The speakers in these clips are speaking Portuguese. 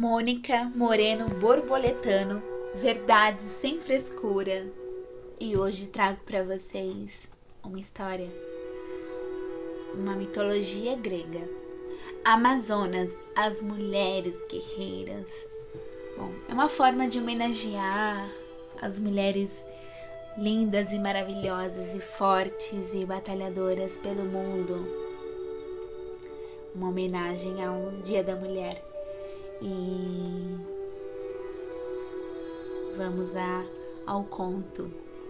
Mônica Moreno Borboletano, verdades sem frescura. E hoje trago para vocês uma história, uma mitologia grega. Amazonas, as mulheres guerreiras. Bom, é uma forma de homenagear as mulheres lindas e maravilhosas e fortes e batalhadoras pelo mundo. Uma homenagem ao Dia da Mulher. E vamos lá ao conto.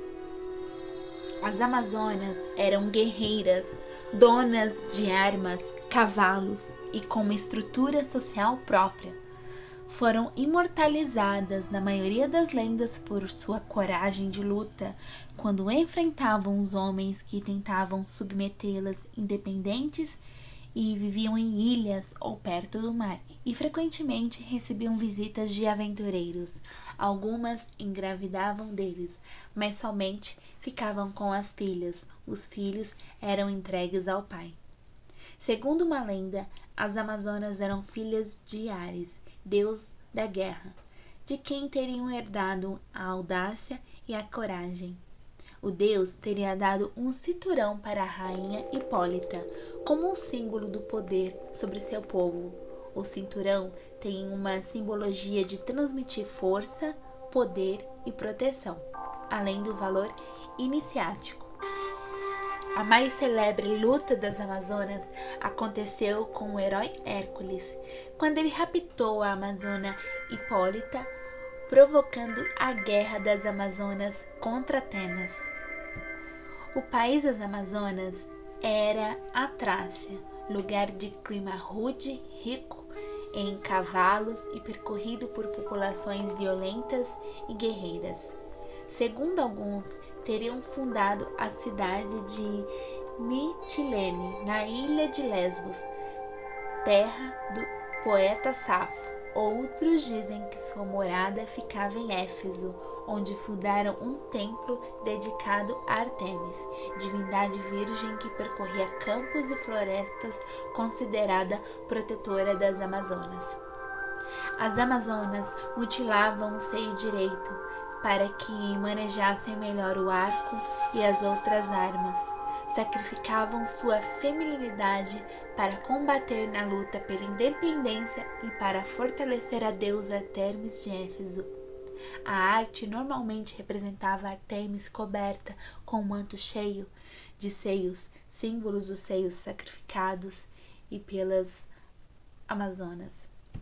As Amazonas eram guerreiras, donas de armas, cavalos e com uma estrutura social própria. Foram imortalizadas na maioria das lendas por sua coragem de luta quando enfrentavam os homens que tentavam submetê-las, independentes, e viviam em ilhas ou perto do mar, e frequentemente recebiam visitas de aventureiros. Algumas engravidavam deles, mas somente ficavam com as filhas. Os filhos eram entregues ao pai. Segundo uma lenda, as Amazonas eram filhas de Ares, deus da guerra, de quem teriam herdado a audácia e a coragem. O deus teria dado um cinturão para a rainha Hipólita, como um símbolo do poder sobre seu povo. O cinturão tem uma simbologia de transmitir força, poder e proteção, além do valor iniciático. A mais célebre luta das Amazonas aconteceu com o herói Hércules, quando ele raptou a amazona Hipólita, provocando a Guerra das Amazonas contra Atenas. O país das Amazonas era a Trácia, lugar de clima rude, rico em cavalos e percorrido por populações violentas e guerreiras. Segundo alguns, teriam fundado a cidade de Mitilene, na ilha de Lesbos, terra do poeta Safo. Outros dizem que sua morada ficava em Éfeso, onde fundaram um templo dedicado a Ártemis, divindade virgem que percorria campos e florestas, considerada protetora das Amazonas. As Amazonas mutilavam o seio direito para que manejassem melhor o arco e as outras armas. Sacrificavam sua feminilidade para combater na luta pela independência e para fortalecer a deusa Têmis de Éfeso. A arte normalmente representava Ártemis coberta com um manto cheio de seios, símbolos dos seios sacrificados e pelas Amazonas.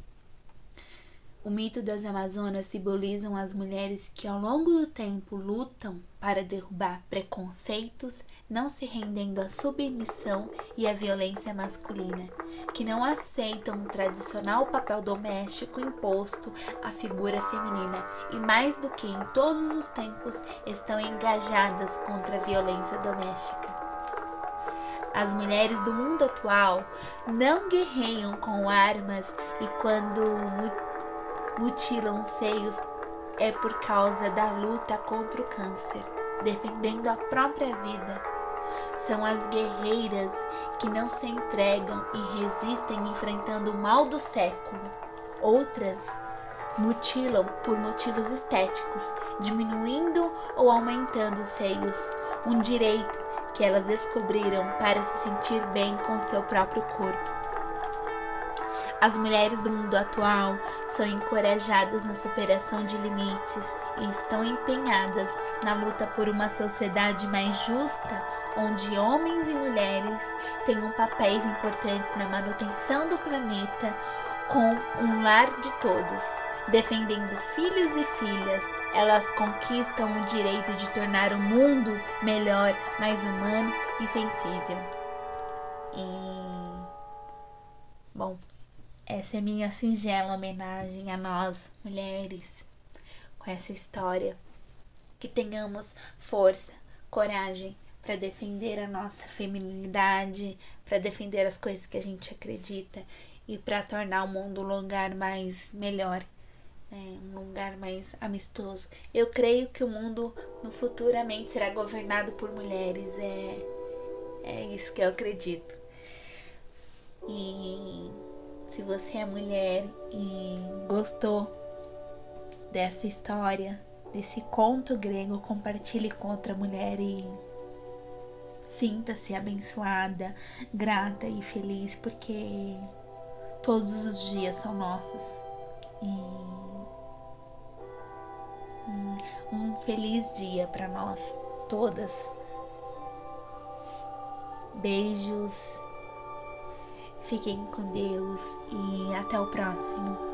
O mito das Amazonas simbolizam as mulheres que ao longo do tempo lutam para derrubar preconceitos, não se rendendo à submissão e à violência masculina, que não aceitam o tradicional papel doméstico imposto à figura feminina e, mais do que em todos os tempos, estão engajadas contra a violência doméstica. As mulheres do mundo atual não guerreiam com armas e quando mutilam seios é por causa da luta contra o câncer, defendendo a própria vida. São as guerreiras que não se entregam e resistem enfrentando o mal do século. Outras mutilam por motivos estéticos, diminuindo ou aumentando os seios, um direito que elas descobriram para se sentir bem com seu próprio corpo. As mulheres do mundo atual são encorajadas na superação de limites e estão empenhadas na luta por uma sociedade mais justa, onde homens e mulheres tenham papéis importantes na manutenção do planeta com um lar de todos. Defendendo filhos e filhas, elas conquistam o direito de tornar o mundo melhor, mais humano e sensível. Bom, essa é minha singela homenagem a nós, mulheres, com essa história. Que tenhamos força, coragem para defender a nossa feminilidade, para defender as coisas que a gente acredita e para tornar o mundo um lugar mais melhor, um lugar mais amistoso. Eu creio que o mundo no futuramente será governado por mulheres, é isso que eu acredito. E se você é mulher e gostou dessa história, desse conto grego, compartilhe com outra mulher e sinta-se abençoada, grata e feliz, porque todos os dias são nossos. E um feliz dia para nós todas. Beijos, fiquem com Deus e até o próximo.